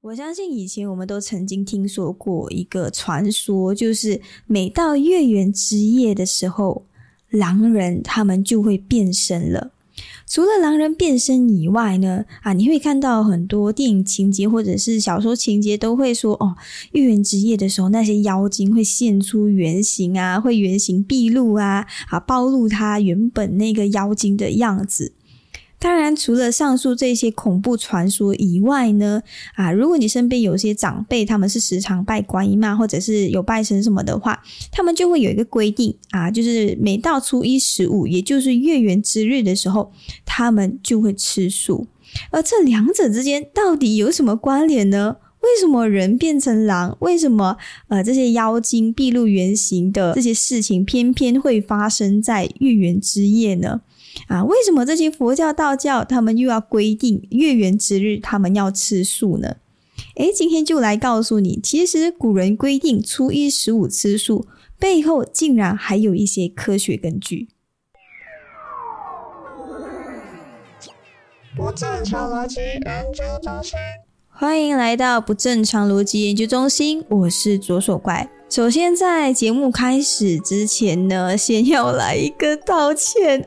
我相信以前我们都曾经听说过一个传说，就是每到月圆之夜的时候，狼人他们就会变身了。除了狼人变身以外呢，你会看到很多电影情节或者是小说情节都会说月圆之夜的时候，那些妖精会现出原形啊，会原形毕露啊，暴露他原本那个妖精的样子。当然除了上述这些恐怖传说以外呢，如果你身边有些长辈他们是时常拜观音或者是有拜神什么的话，他们就会有一个规定就是每到初一十五，也就是月圆之日的时候，他们就会吃素。而这两者之间到底有什么关联呢？为什么人变成狼？为什么这些妖精毕露原形的这些事情偏偏会发生在月圆之夜呢？为什么这些佛教道教他们又要规定月圆之日他们要吃素呢？今天就来告诉你，其实古人规定初一十五吃素背后竟然还有一些科学根据。 不正常逻辑研究中心， 欢迎来到不正常逻辑研究中心，我是左手怪。首先在节目开始之前呢，先要来一个道歉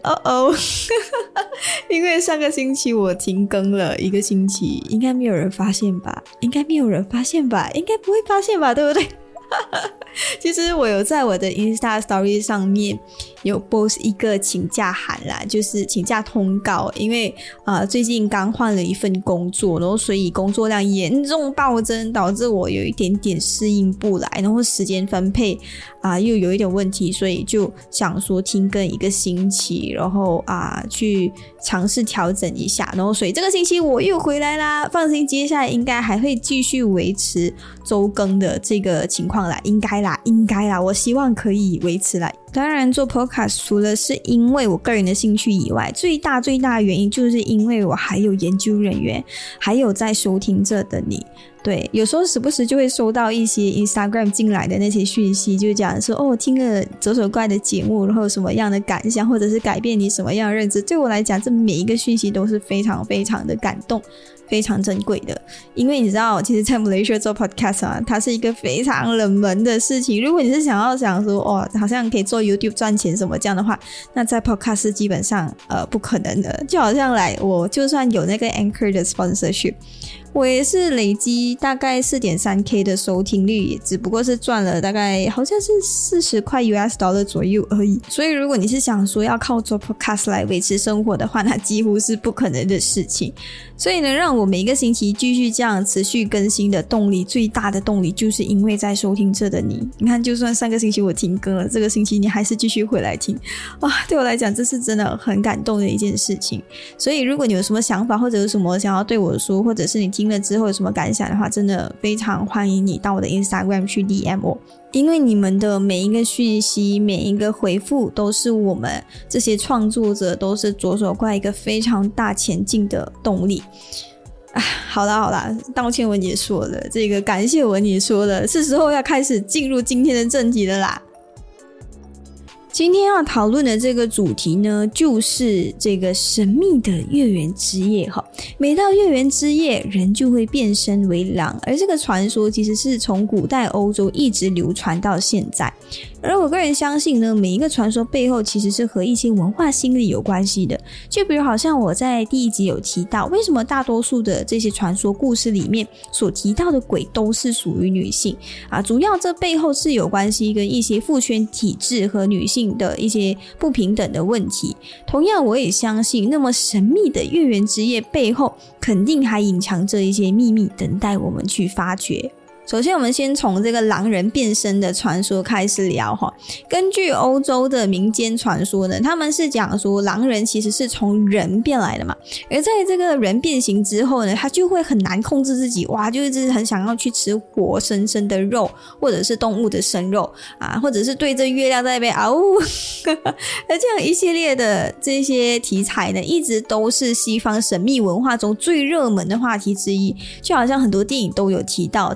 因为上个星期我停更了一个星期，应该没有人发现吧？应该不会发现吧，对不对？其实我有在我的 Insta Story 上面有 post 一个请假函啦，就是请假通告，因为最近刚换了一份工作，然后所以工作量严重暴增，导致我有一点点适应不来，然后时间分配又有一点问题，所以就想说停更一个星期，然后去尝试调整一下，然后所以这个星期我又回来啦，放心，接下来应该还会继续维持周更的这个情况啦，应该啦，我希望可以维持啦。当然做 podcast 除了是因为我个人的兴趣以外，最大的原因就是因为我还有研究人员，还有在收听着的你。对，有时候时不时就会收到一些 Instagram 进来的那些讯息，就讲说听了左手怪的节目，然后有什么样的感想，或者是改变你什么样的认知。对我来讲，这每一个讯息都是非常非常的感动，非常珍贵的。因为你知道，其实在 Malaysia 做 podcast 它是一个非常冷门的事情。如果你是想说好像可以做 YouTube 赚钱什么这样的话，那在 podcast 基本上不可能的。就好像我就算有那个 Anchor 的 sponsorship，我也是累积大概 4.3K 的收听率，只不过是赚了大概好像是40块 US dollar 左右而已。所以如果你是想说要靠做 podcast 来维持生活的话，那几乎是不可能的事情。所以呢，让我每个星期继续这样持续更新的动力，最大的动力就是因为在收听着的你。你看，就算上个星期我停更了，这个星期你还是继续回来听，对我来讲这是真的很感动的一件事情。所以如果你有什么想法，或者有什么想要对我说，或者是你听了之后有什么感想的话，真的非常欢迎你到我的 Instagram 去 DM 我，因为你们的每一个讯息，每一个回复都是我们这些创作者，都是左手怪一个非常大前进的动力。好啦，道歉文也说了，这个感谢文也说了，是时候要开始进入今天的正题了啦。今天要讨论的这个主题呢，就是这个神秘的月圆之夜。每到月圆之夜，人就会变身为狼，而这个传说其实是从古代欧洲一直流传到现在。而我个人相信呢，每一个传说背后其实是和一些文化心理有关系的。就比如好像我在第一集有提到，为什么大多数的这些传说故事里面所提到的鬼都是属于女性主要这背后是有关系跟一些父权体制和女性的一些不平等的问题。同样我也相信，那么神秘的月圆之夜背后肯定还隐藏着一些秘密等待我们去发掘。首先我们先从这个狼人变身的传说开始聊根据欧洲的民间传说呢，他们是讲说狼人其实是从人变来的嘛，而在这个人变形之后呢，他就会很难控制自己，就一直很想要去吃活生生的肉，或者是动物的生肉或者是对着月亮在那边而这样一系列的这些题材呢，一直都是西方神秘文化中最热门的话题之一。就好像很多电影都有提到这个狼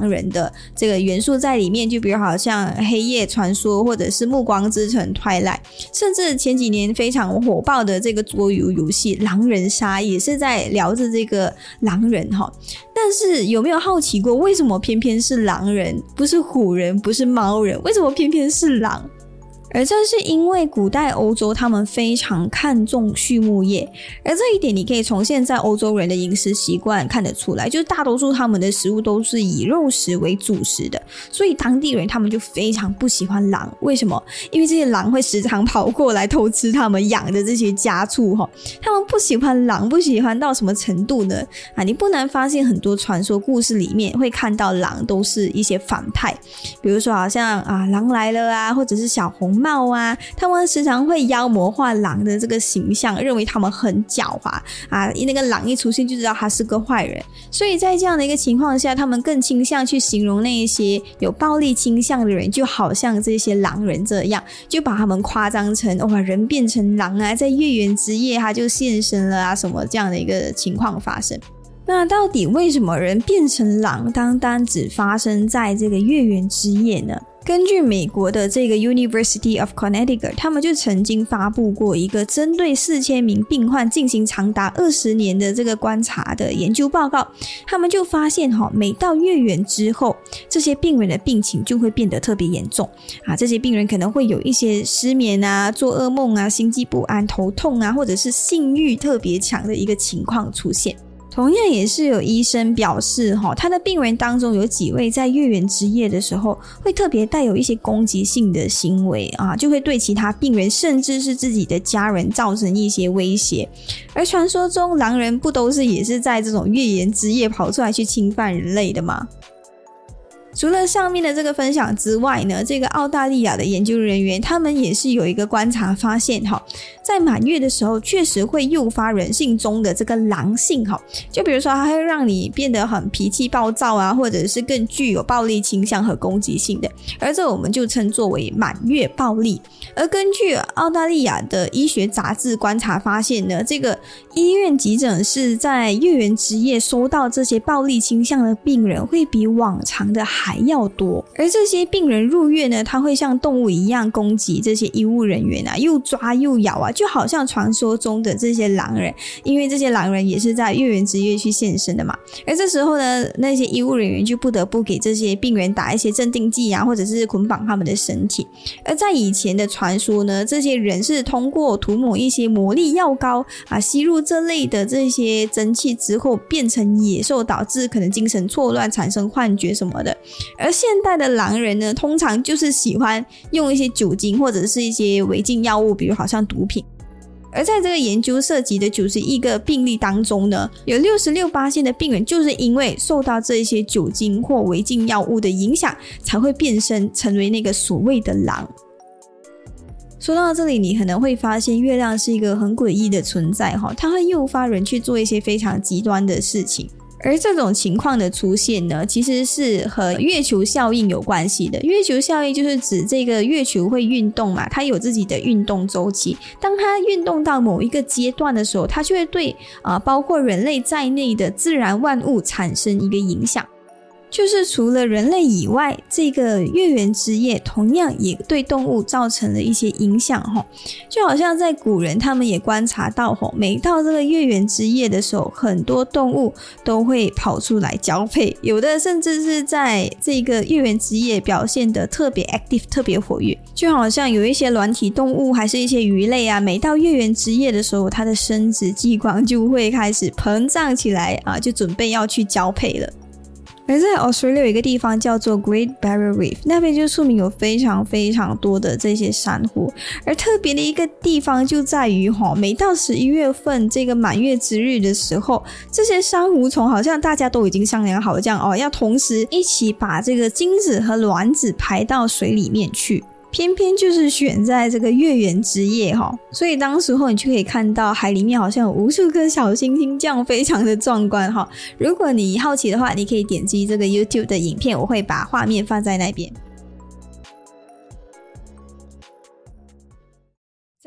狼人的这个元素在里面，就比如好像黑夜传说或者是暮光之城 Twilight， 甚至前几年非常火爆的这个桌游戏狼人杀也是在聊着这个狼人哈。但是有没有好奇过，为什么偏偏是狼人，不是虎人，不是猫人，为什么偏偏是狼？而这是因为古代欧洲他们非常看重畜牧业，而这一点你可以从现在欧洲人的饮食习惯看得出来，就是大多数他们的食物都是以肉食为主食的，所以当地人他们就非常不喜欢狼。为什么？因为这些狼会时常跑过来偷吃他们养的这些家畜，他们不喜欢狼，不喜欢到什么程度呢？你不难发现很多传说故事里面会看到狼都是一些反派，比如说好像狼来了啊，或者是小红帽啊，他们时常会妖魔化狼的这个形象，认为他们很狡猾那个狼一出现就知道他是个坏人，所以在这样的一个情况下，他们更倾向去形容那一些有暴力倾向的人，就好像这些狼人这样，就把他们夸张成人变成狼啊，在月圆之夜他就现身了啊，什么这样的一个情况发生。那到底为什么人变成狼单单只发生在这个月圆之夜呢？根据美国的这个 University of Connecticut， 他们就曾经发布过一个针对4000名病患进行长达20年的这个观察的研究报告，他们就发现每到月圆之后，这些病人的病情就会变得特别严重这些病人可能会有一些失眠啊、做噩梦啊、心悸不安、头痛啊，或者是性欲特别强的一个情况出现。同样也是有医生表示他的病人当中有几位在月圆之夜的时候会特别带有一些攻击性的行为就会对其他病人甚至是自己的家人造成一些威胁。而传说中狼人不都是也是在这种月圆之夜跑出来去侵犯人类的吗？除了上面的这个分享之外呢，这个澳大利亚的研究人员他们也是有一个观察发现在满月的时候确实会诱发人性中的这个狼性就比如说它会让你变得很脾气暴躁啊，或者是更具有暴力倾向和攻击性的，而这我们就称作为满月暴力。而根据澳大利亚的医学杂志观察发现呢，这个医院急诊室在月圆之夜收到这些暴力倾向的病人会比往常的还要多，而这些病人入院呢，他会像动物一样攻击这些医务人员又抓又咬就好像传说中的这些狼人，因为这些狼人也是在月圆之夜去现身的嘛。而这时候呢，那些医务人员就不得不给这些病人打一些镇定剂或者是捆绑他们的身体。而在以前的传说呢，这些人是通过涂抹一些魔力药膏吸入这类的这些蒸汽之后变成野兽，导致可能精神错乱、产生幻觉什么的。而现代的狼人呢，通常就是喜欢用一些酒精或者是一些违禁药物，比如好像毒品。而在这个研究涉及的91个病例当中呢，有 66% 的病人就是因为受到这些酒精或违禁药物的影响，才会变身成为那个所谓的狼。说到这里，你可能会发现月亮是一个很诡异的存在它会诱发人去做一些非常极端的事情。而这种情况的出现呢，其实是和月球效应有关系的。月球效应就是指这个月球会运动嘛，它有自己的运动周期，当它运动到某一个阶段的时候，它就会对包括人类在内的自然万物产生一个影响。就是除了人类以外，这个月圆之夜同样也对动物造成了一些影响就好像在古人他们也观察到每到这个月圆之夜的时候，很多动物都会跑出来交配，有的甚至是在这个月圆之夜表现得特别 active 特别活跃，就好像有一些软体动物还是一些鱼类每到月圆之夜的时候，它的生殖器官就会开始膨胀起来就准备要去交配了。而在 Australia 有一个地方叫做 Great Barrier Reef， 那边就出名有非常非常多的这些珊瑚，而特别的一个地方就在于每到11月份这个满月之日的时候，这些珊瑚虫好像大家都已经商量好这样要同时一起把这个精子和卵子排到水里面去，偏偏就是选在这个月圆之夜所以当时候你就可以看到海里面好像有无数颗小星星，这样非常的壮观如果你好奇的话，你可以点击这个 YouTube 的影片，我会把画面放在那边。在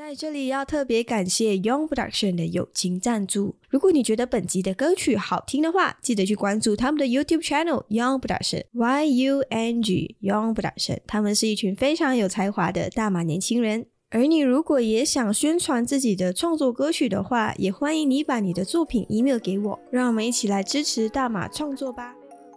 在这里要特别感谢 Young Production 的友情赞助。如果你觉得本集的歌曲好听的话，记得去关注他们的 YouTube channel Young Production YUNG Young Production， 他们是一群非常有才华的大马年轻人。而你如果也想宣传自己的创作歌曲的话，也欢迎你把你的作品 email 给我，让我们一起来支持大马创作吧。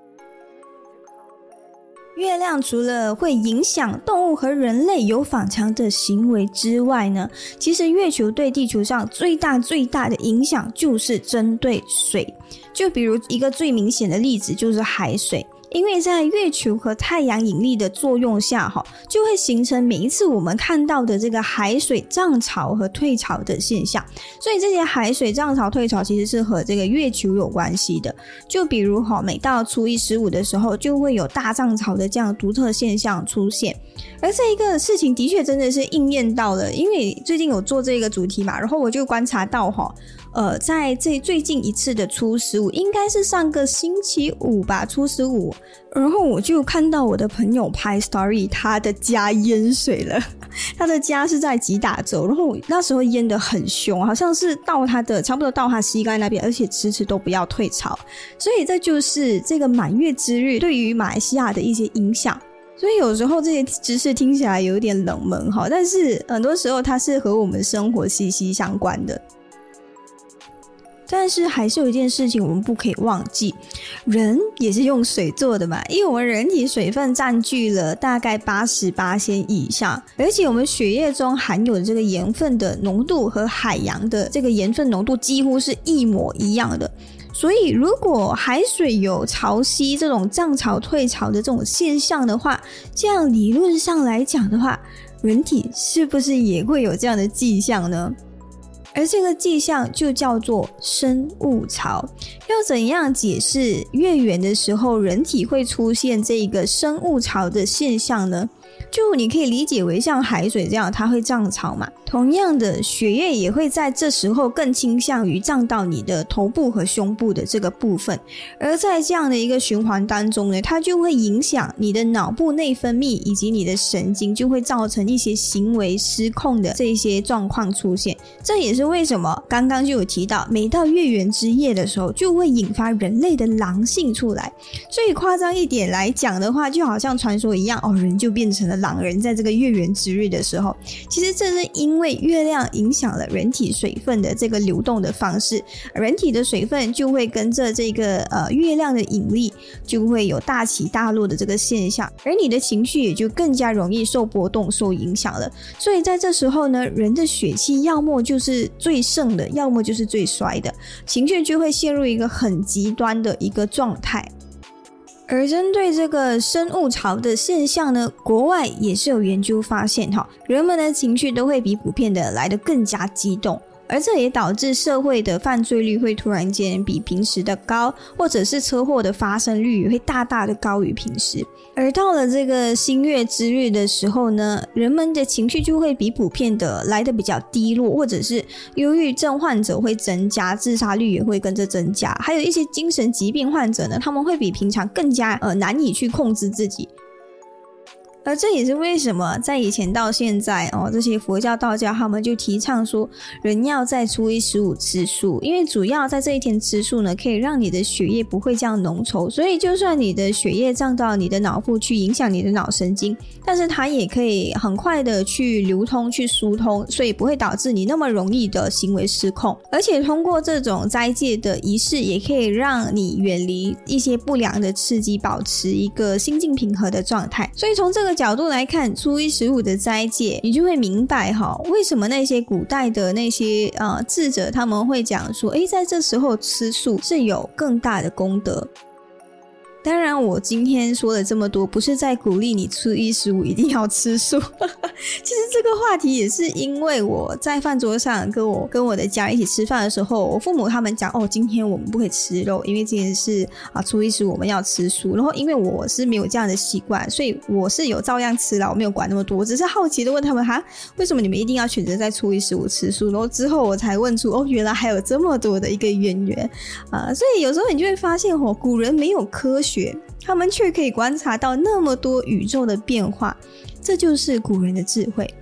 月亮除了会影响动物和人类有反常的行为之外呢，其实月球对地球上最大的影响就是针对水。就比如一个最明显的例子就是海水，因为在月球和太阳引力的作用下就会形成每一次我们看到的这个海水涨潮和退潮的现象。所以这些海水涨潮退潮其实是和这个月球有关系的。就比如每到初一十五的时候就会有大涨潮的这样独特现象出现。而这一个事情的确真的是应验到了，因为最近有做这个主题嘛，然后我就观察到在最近一次的初15，应该是上个星期五吧，初15，然后我就看到我的朋友拍 story， 他的家淹水了。他的家是在吉打州，然后那时候淹得很凶，好像是差不多到他膝盖那边，而且迟迟都不要退潮。所以这就是这个满月之日对于马来西亚的一些影响。所以有时候这些知识听起来有点冷门但是很多时候它是和我们生活息息相关的。但是还是有一件事情我们不可以忘记，人也是用水做的嘛，因为我们人体水分占据了大概80%以上，而且我们血液中含有的这个盐分的浓度和海洋的这个盐分浓度几乎是一模一样的。所以如果海水有潮汐这种涨潮退潮的这种现象的话，这样理论上来讲的话，人体是不是也会有这样的迹象呢？而这个迹象就叫做生物潮。要怎样解释月圆的时候人体会出现这个生物潮的现象呢？就你可以理解为像海水这样它会涨潮嘛，同样的血液也会在这时候更倾向于涨到你的头部和胸部的这个部分。而在这样的一个循环当中呢，它就会影响你的脑部内分泌以及你的神经，就会造成一些行为失控的这些状况出现。这也是为什么刚刚就有提到，每到月圆之夜的时候就会引发人类的狼性出来。所以夸张一点来讲的话，就好像传说一样人就变成了狼人在这个月圆之日的时候，其实这是因为月亮影响了人体水分的这个流动的方式，人体的水分就会跟着这个月亮的引力就会有大起大落的这个现象，而你的情绪也就更加容易受波动受影响了。所以在这时候呢，人的血气要么就是最盛的，要么就是最衰的，情绪就会陷入一个很极端的一个状态。而针对这个生物潮的现象呢，国外也是有研究发现人们的情绪都会比普遍的来得更加激动，而这也导致社会的犯罪率会突然间比平时的高，或者是车祸的发生率也会大大的高于平时。而到了这个新月之日的时候呢，人们的情绪就会比普遍的来得比较低落，或者是忧郁症患者会增加，自杀率也会跟着增加，还有一些精神疾病患者呢，他们会比平常更加难以去控制自己。而这也是为什么在以前到现在这些佛教道教他们就提倡说人要在初一十五吃素，因为主要在这一天吃素呢，可以让你的血液不会这样浓稠，所以就算你的血液涨到你的脑部去影响你的脑神经，但是它也可以很快的去流通去疏通，所以不会导致你那么容易的行为失控。而且通过这种斋戒的仪式也可以让你远离一些不良的刺激，保持一个心境平和的状态。所以从这个角度来看，初一十五的斋戒，你就会明白为什么那些古代的那些智者他们会讲说在这时候吃素是有更大的功德。当然我今天说了这么多，不是在鼓励你初一十五一定要吃素其实这个话题也是因为我在饭桌上跟我的家人一起吃饭的时候，我父母他们讲今天我们不可以吃肉，因为今天是初一十五我们要吃素。然后因为我是没有这样的习惯，所以我是有照样吃啦，我没有管那么多，我只是好奇的问他们为什么你们一定要选择在初一十五吃素。然后之后我才问出原来还有这么多的一个渊源所以有时候你就会发现古人没有科学，他们却可以观察到那么多宇宙的变化，这就是古人的智慧。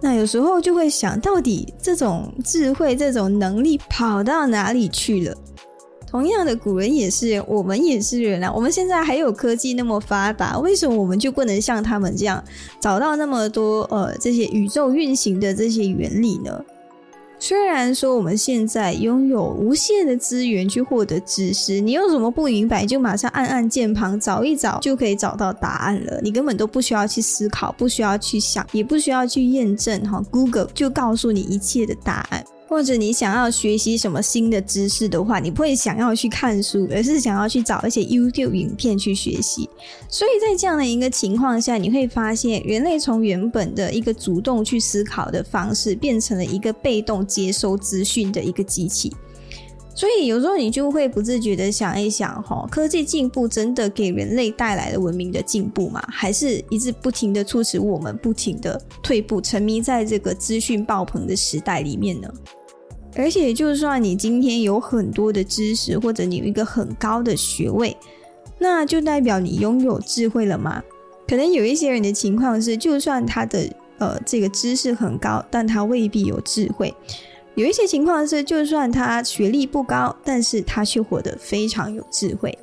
那有时候就会想，到底这种智慧这种能力跑到哪里去了？同样的，古人也是人，我们也是人啊。我们现在还有科技那么发达，为什么我们就不能像他们这样找到那么多这些宇宙运行的这些原理呢？虽然说我们现在拥有无限的资源去获得知识，你有什么不明白就马上按键盘找一找就可以找到答案了，你根本都不需要去思考，不需要去想，也不需要去验证Google 就告诉你一切的答案。或者你想要学习什么新的知识的话，你不会想要去看书，而是想要去找一些 YouTube 影片去学习。所以在这样的一个情况下，你会发现人类从原本的一个主动去思考的方式，变成了一个被动接收资讯的一个机器。所以有时候你就会不自觉的想一想，科技进步真的给人类带来了文明的进步吗？还是一直不停的促使我们不停的退步，沉迷在这个资讯爆棚的时代里面呢？而且就算你今天有很多的知识，或者你有一个很高的学位，那就代表你拥有智慧了吗？可能有一些人的情况是，就算他的这个知识很高，但他未必有智慧。有一些情况是，就算他学历不高，但是他却活得非常有智慧。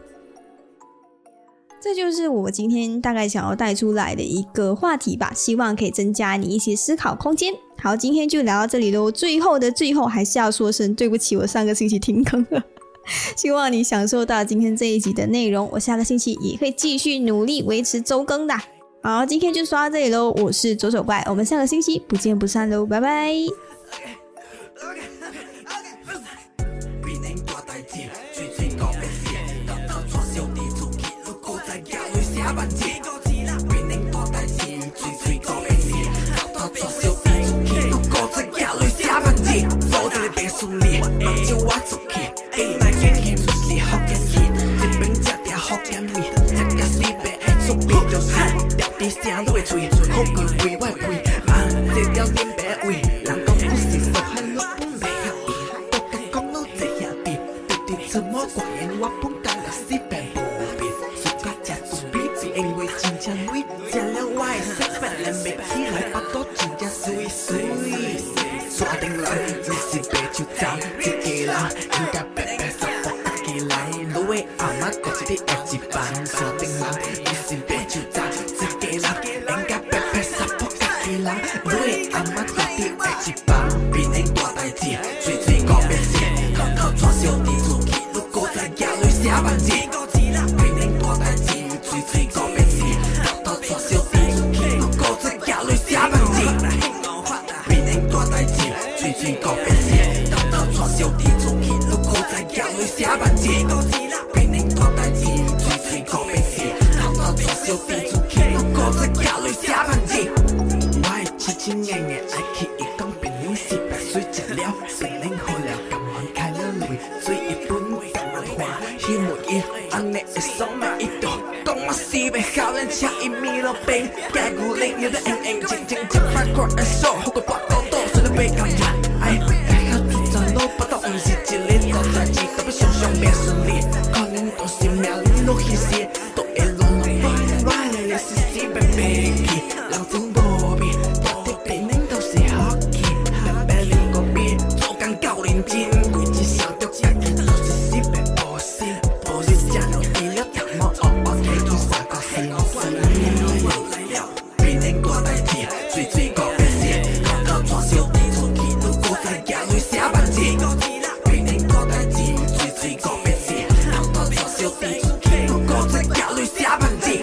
这就是我今天大概想要带出来的一个话题吧，希望可以增加你一些思考空间。好，今天就聊到这里咯，最后的最后还是要说声对不起，我上个星期停更了。希望你享受到今天这一集的内容，我下个星期也会继续努力维持周更的。好，今天就说到这里咯，我是左手怪，我们下个星期不见不散咯，拜拜。 坐在你别墅里，目睭挖出去，那眼睛就是福建戏，这边吃点福建面，这个四白爱出面就是掉地声都会吹，好贵贵我贵，这条脸白位，人讲不是说很老本没有意，都敢讲老这样的，对对，怎么怪我本干了四白不变，暑假吃猪皮，只因为真正贵，吃了我的四白人没起来，巴肚真正水水。刷顶人，你是白手掌，一个人应该白白杀破家己来。路的阿妈过一日爱一班，刷顶人，你是白手掌，一个人应该白白杀破家己来。路的阿妈过一日爱一班，变成大代志，嘴嘴讲别事，偷偷带小弟出去，如果在家里写文字，变成大代志，嘴嘴讲别事，偷偷带小弟出去，如果在家里写文字。嘴嘴讲别事，偷偷带小弟出去，如果在家里写文字，变成大代志。嘴嘴讲别事，偷偷带小弟出去，如果在家里写文字。我的痴痴硬硬爱去伊讲，变成四百岁食了，变成好了，甘愿开了泪，水一本甘愿花，希望伊安尼会爽满一道。讲我四百好人抢一米路边，解骨灵有的硬硬静静一百块的手，好过大刀刀，虽然被感觉。哎，较出站路巴肚，毋是一日大代志，特别常常袂顺利，可能都是命运落去时，都会乱乱乱的，也是死白白去，人情无味，到底变成都是好气，白白啉个啤，做工够认真，规日想着家己都是死白无心，无日吃了肥了，头毛黑黑去三个心酸，变成大代志，嘴嘴讲别事，偷偷带小弟出去。写文字，变成大代志，嘴嘴讲别事，偷偷带小弟出去，如果在家里写文字。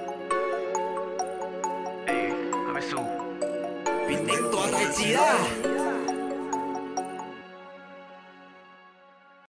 变成大代志啦！